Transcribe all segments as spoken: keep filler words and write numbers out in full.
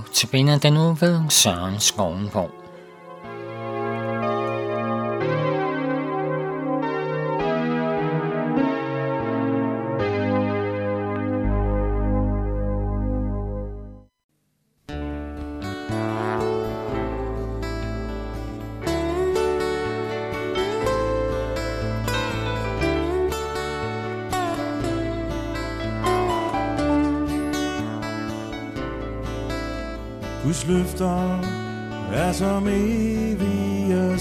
tilbage den nu ved Søren Skovenborg. Guds løfter er som evige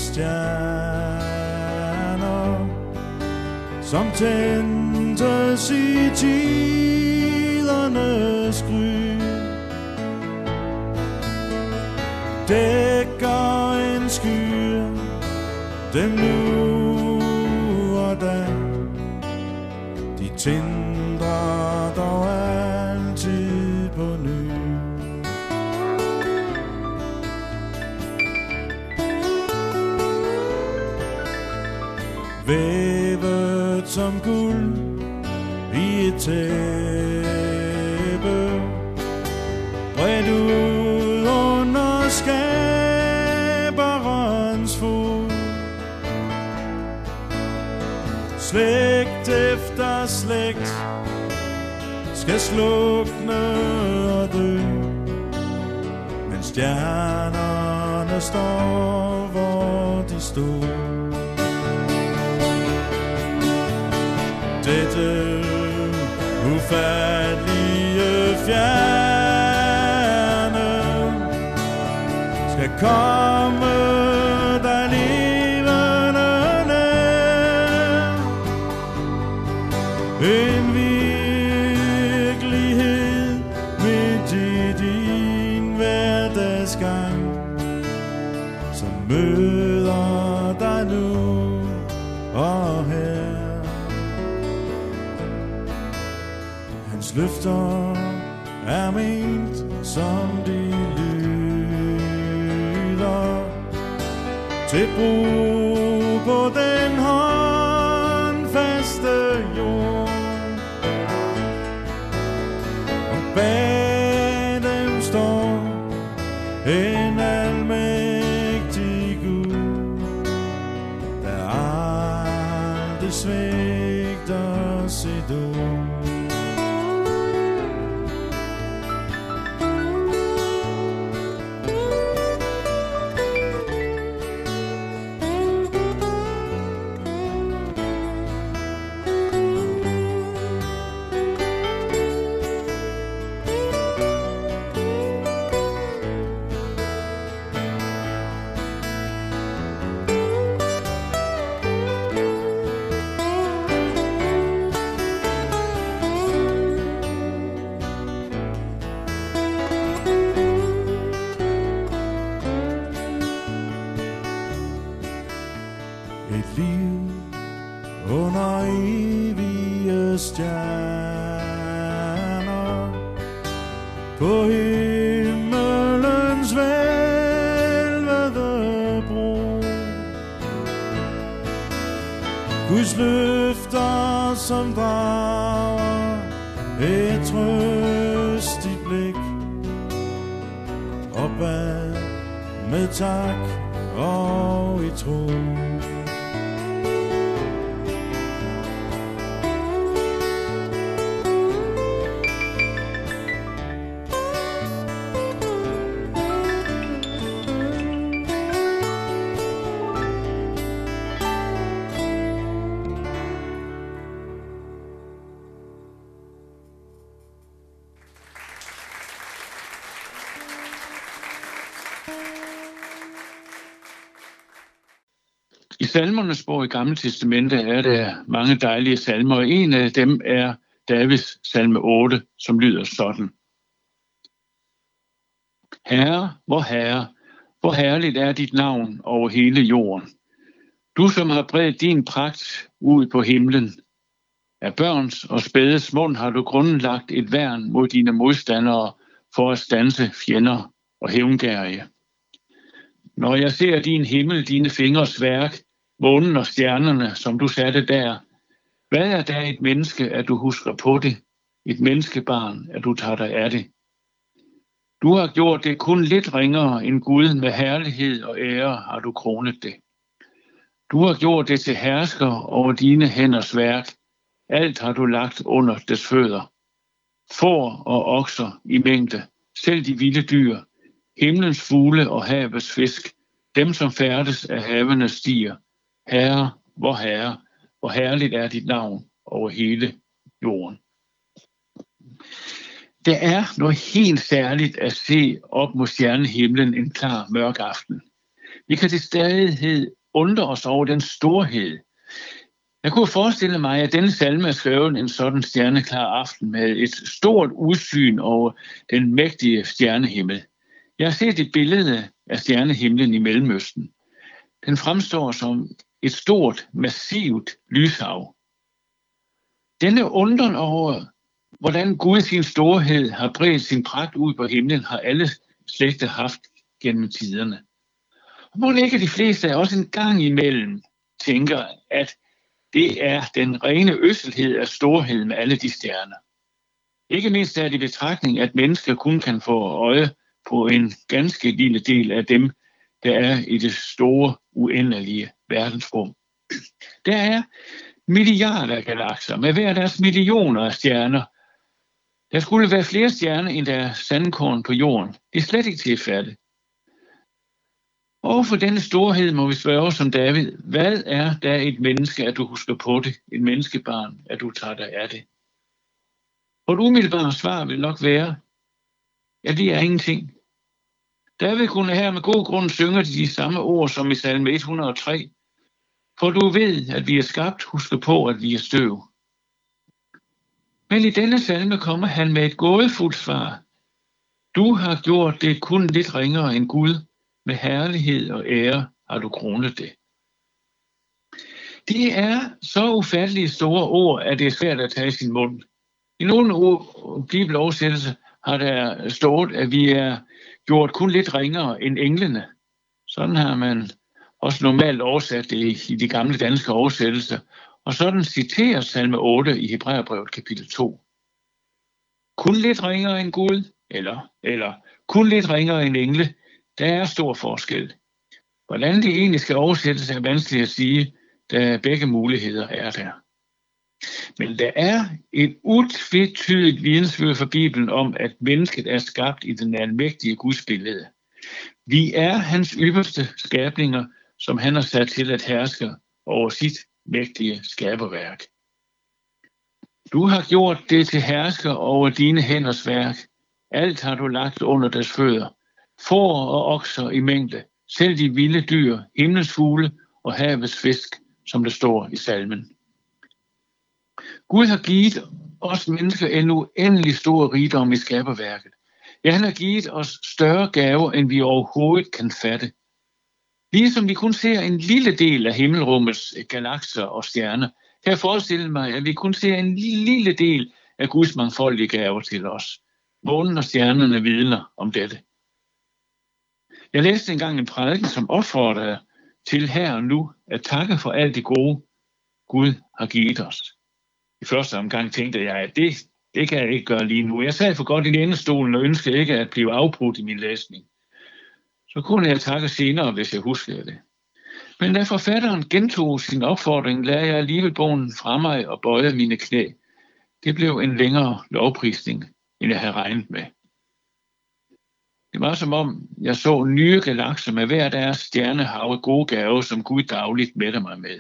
stjerner, som tændtes i tidernes gry. Dækker en sky dem nu og da. De tindrer dog altid på ny. Vævet som guld i et tæppe, bredt ud under skaberens fod. Slægt efter slægt skal slukne og dø, men stjernerne står, hvor de stod. Dette ufattelige fjerne skal komme dig levende nær. En virkelighed midt i din hverdagsgang, som møder dig nu og her. Hans løfter er ment som de lyder, til brug på den håndfaste jord. Og bag dem står en almægtig Gud, der aldrig svigter sit ord. Et liv under evige stjerner, på himmelens hvælvede bro. Guds løfter, som drager et trøstigt blik opad med tak og i tro. I salmernes bog i Gamle Testamente er der mange dejlige salmer, og en af dem er Davids salme otte, som lyder sådan. Herre, vor Herre, hvor herligt er dit navn over hele jorden. Du, som har bredt din pragt ud på himlen. Af børns og spædes mund har du grundlagt et værn mod dine modstandere for at standse fjender og hævngærige. Når jeg ser din himmel, dine fingres værk, månen og stjernerne, som du satte der, hvad er der et menneske, at du husker på det? Et menneskebarn, at du tager dig af det? Du har gjort det kun lidt ringere end Gud, med herlighed og ære har du kronet det. Du har gjort det til hersker over dine hænders værk. Alt har du lagt under dets fødder. Får og okser i mængde, selv de vilde dyr, himlens fugle og havets fisk, dem som færdes af havenes stier. Herre, vor Herre, hvor herligt er dit navn over hele jorden. Der er noget helt særligt at se op mod stjernehimlen en klar mørk aften. Vi kan til stadighed undre os over den storhed. Jeg kunne forestille mig, at denne salme er skrevet en sådan stjerneklar aften med et stort udsyn over den mægtige stjernehimmel. Jeg har set et billede af stjernehimlen i Mellemøsten. Den fremstår som et stort, massivt lyshav. Denne undren over, hvordan Gud sin storhed har bredt sin pragt ud på himlen, har alle slægter haft gennem tiderne. Og må ikke de fleste af os en gang imellem tænker, at det er den rene øsselhed af storhed med alle de stjerner. Ikke mindst er det i betragtning, at mennesker kun kan få øje på en ganske lille del af dem, der er i det store, uendelige verdensrum. Der er milliarder af galakser med hver deres millioner af stjerner. Der skulle være flere stjerner, end der er sandkorn på jorden. Det er slet ikke til at fatte. Og for denne storhed må vi spørge som David, hvad er der et menneske, at du husker på det? Et menneskebarn, at du tager dig af det? Og et umiddelbart svar vil nok være, ja, det er ingenting. David kunne her med god grund synge de samme ord som i salme et hundrede og tre. For du ved, at vi er skabt, husker på, at vi er støv. Men i denne salme kommer han med et gådefuldt svar. Du har gjort det kun lidt ringere end Gud. Med herlighed og ære har du kronet det. Det er så ufattelige store ord, at det er svært at tage i sin mund. I nogle ord, bibeloversættelser har der stået, at vi er gjort kun lidt ringere end englene. Sådan har man også normalt oversat det i de gamle danske oversættelser. Og sådan citerer salme otte i Hebræerbrevet kapitel to. Kun lidt ringere end Gud, eller, eller kun lidt ringere end engle. Der er stor forskel. Hvordan det egentlig skal oversættes er vanskeligt at sige, da begge muligheder er der. Men der er et utvetydigt vidensbyrd for Bibelen om, at mennesket er skabt i den almægtige Guds billede. Vi er hans ypperste skabninger, som han har sat til at herske over sit mægtige skaberværk. Du har gjort det til hersker over dine hænders værk. Alt har du lagt under deres fødder. Får og okser i mængde, selv de vilde dyr, himlens fugle og havets fisk, som det står i salmen. Gud har givet os mennesker en uendelig stor rigdom i skaberværket. Ja, han har givet os større gaver, end vi overhovedet kan fatte. Ligesom vi kun ser en lille del af himmelrummets galakser og stjerner, kan jeg forestille mig, at vi kun ser en lille del af Guds mangfoldige gaver til os. Månen og stjernerne vidner om dette. Jeg læste engang en prædiken, som opfordrede til her og nu at takke for alt det gode, Gud har givet os. I første omgang tænkte jeg, at det, det kan jeg ikke gøre lige nu. Jeg sad for godt i lænestolen og ønskede ikke at blive afbrudt i min læsning. Så kunne jeg takke senere, hvis jeg huskede det. Men da forfatteren gentog sin opfordring, lagde jeg alligevel bogen fra mig og bøjede mine knæ. Det blev en længere lovprisning, end jeg havde regnet med. Det var som om, jeg så nye galakser med hver deres stjernehav gode gave, som Gud dagligt mætter mig med.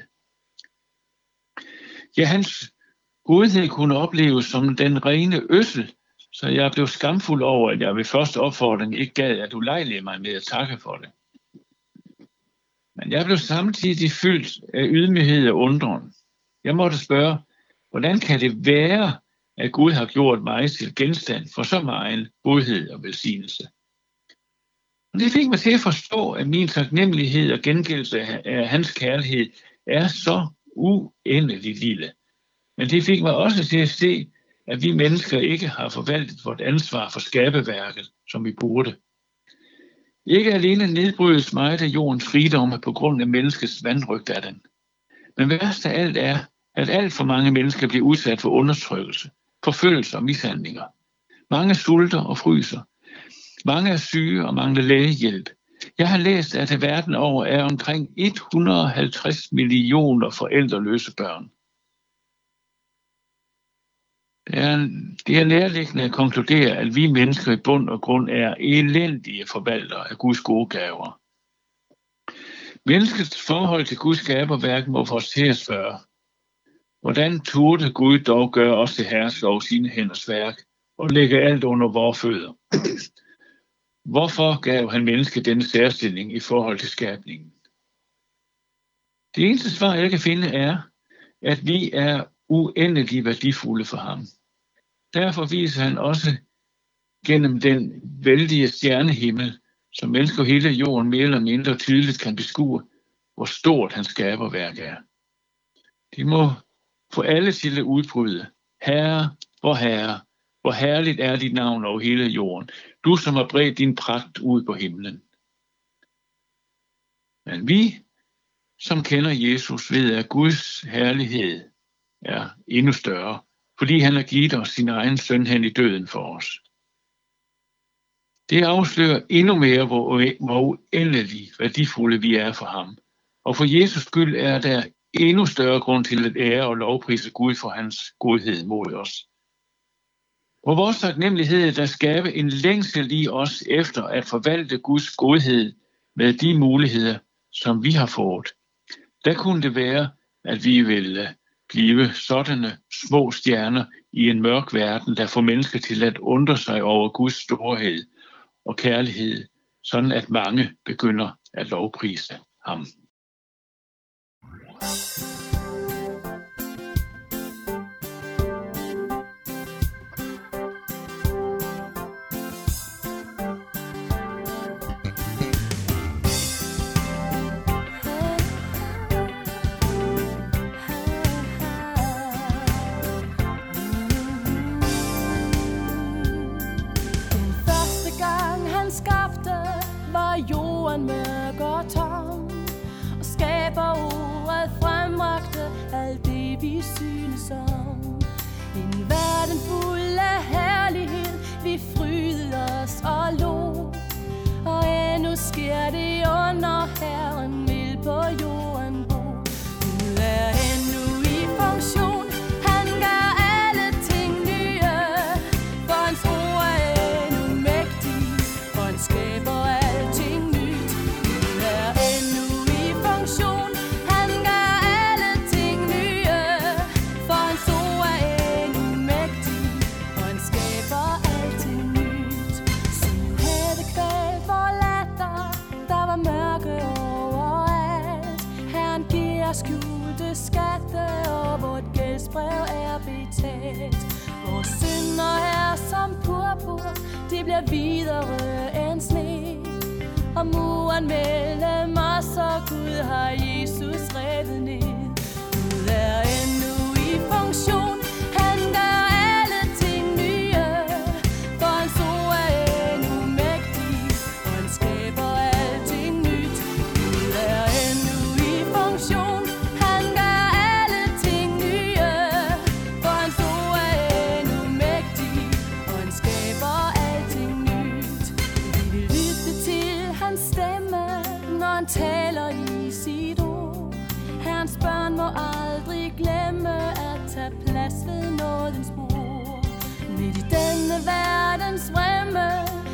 Ja, hans godhed kunne opleves som den rene øssel, så jeg blev skamfuld over, at jeg ved første opfordring ikke gad at ulejlige mig med at takke for det. Men jeg blev samtidig fyldt af ydmyghed og undren. Jeg måtte spørge, hvordan kan det være, at Gud har gjort mig til genstand for så meget godhed og velsignelse? Og det fik mig til at forstå, at min taknemmelighed og gengældelse af hans kærlighed er så uendelig lille. Men det fik mig også til at se, at vi mennesker ikke har forvaltet vort ansvar for skabeværket, som vi burde. Ikke alene nedbrydes meget af jordens rigdomme på grund af menneskets vanrøgt af den. Men værst af alt er, at alt for mange mennesker bliver udsat for undertrykkelse, forfølgelse og mishandlinger. Mange sulter og fryser. Mange er syge og mangler lægehjælp. Jeg har læst, at i verden over er omkring et hundrede og halvtreds millioner forældreløse børn. Det er, det er nærliggende at konkludere, at vi mennesker i bund og grund er elendige forvaltere af Guds gode gaver. Menneskets forhold til Guds gaverværk må forstås før. Hvordan turde Gud dog gøre os til herres over sine hænders værk og lægge alt under vores fødder? Hvorfor gav han mennesket denne særstilling i forhold til skabningen? Det eneste svar, jeg kan finde, er, at vi er uendeligt værdifulde for ham. Derfor viser han også gennem den vældige stjernehimmel, som mennesker hele jorden mere eller mindre tydeligt kan beskue, hvor stort hans skaberværk er. De må få alle til at udbryde: Herre, vor Herre, hvor herligt er dit navn over hele jorden, du som har bredt din pragt ud på himlen. Men vi, som kender Jesus, ved, at Guds herlighed er endnu større, fordi han har givet os sin egen søn hen i døden for os. Det afslører endnu mere, hvor, hvor uendeligt værdifulde vi er for ham. Og for Jesus skyld er der endnu større grund til at ære og lovprise Gud for hans godhed mod os. Hvor vores taknemmelighed, der skaber en længsel i os efter at forvalte Guds godhed med de muligheder, som vi har fået. Der kunne det være, at vi ville blive sådanne små stjerner i en mørk verden, der får mennesker til at undre sig over Guds storhed og kærlighed, sådan at mange begynder at lovprise ham. Jorden mørk og tom, og skaber ordet frembragte alt det vi synes om. En verden fuld af herlighed, vi frydede os og lo, og endnu sker det under Herren vil på jorden bo. Gud er endnu i funktion, han gør alle ting nye, for hans ord er endnu mægtig, for han skaber alting nyt. Gud er endnu i funktion, han gør alle ting nye, for hans ord er endnu mægtig, for han skaber alting nyt. Synd havde kvalt vor latter, der var mørke overalt. Herren giver skjulte skatte, og vort gældsbrev er betalt. Vores synder er som purpur, de bliver videre end sne, og muren mellem os og Gud har Jesus revet ned. Gud er endnu i funktion, han gør alle ting nye, for hans ord er endnu mægtig, og han skaber alting nyt. Gud er endnu i funktion, han gør alle ting nye, for hans ord er endnu mægtig, og han skaber alting nyt. Vi vil lytte til hans stemme, når han taler i sit ord. Herrens børn må aldrig glemme at tage plads ved nådens bord. Midt i denne verdens vremme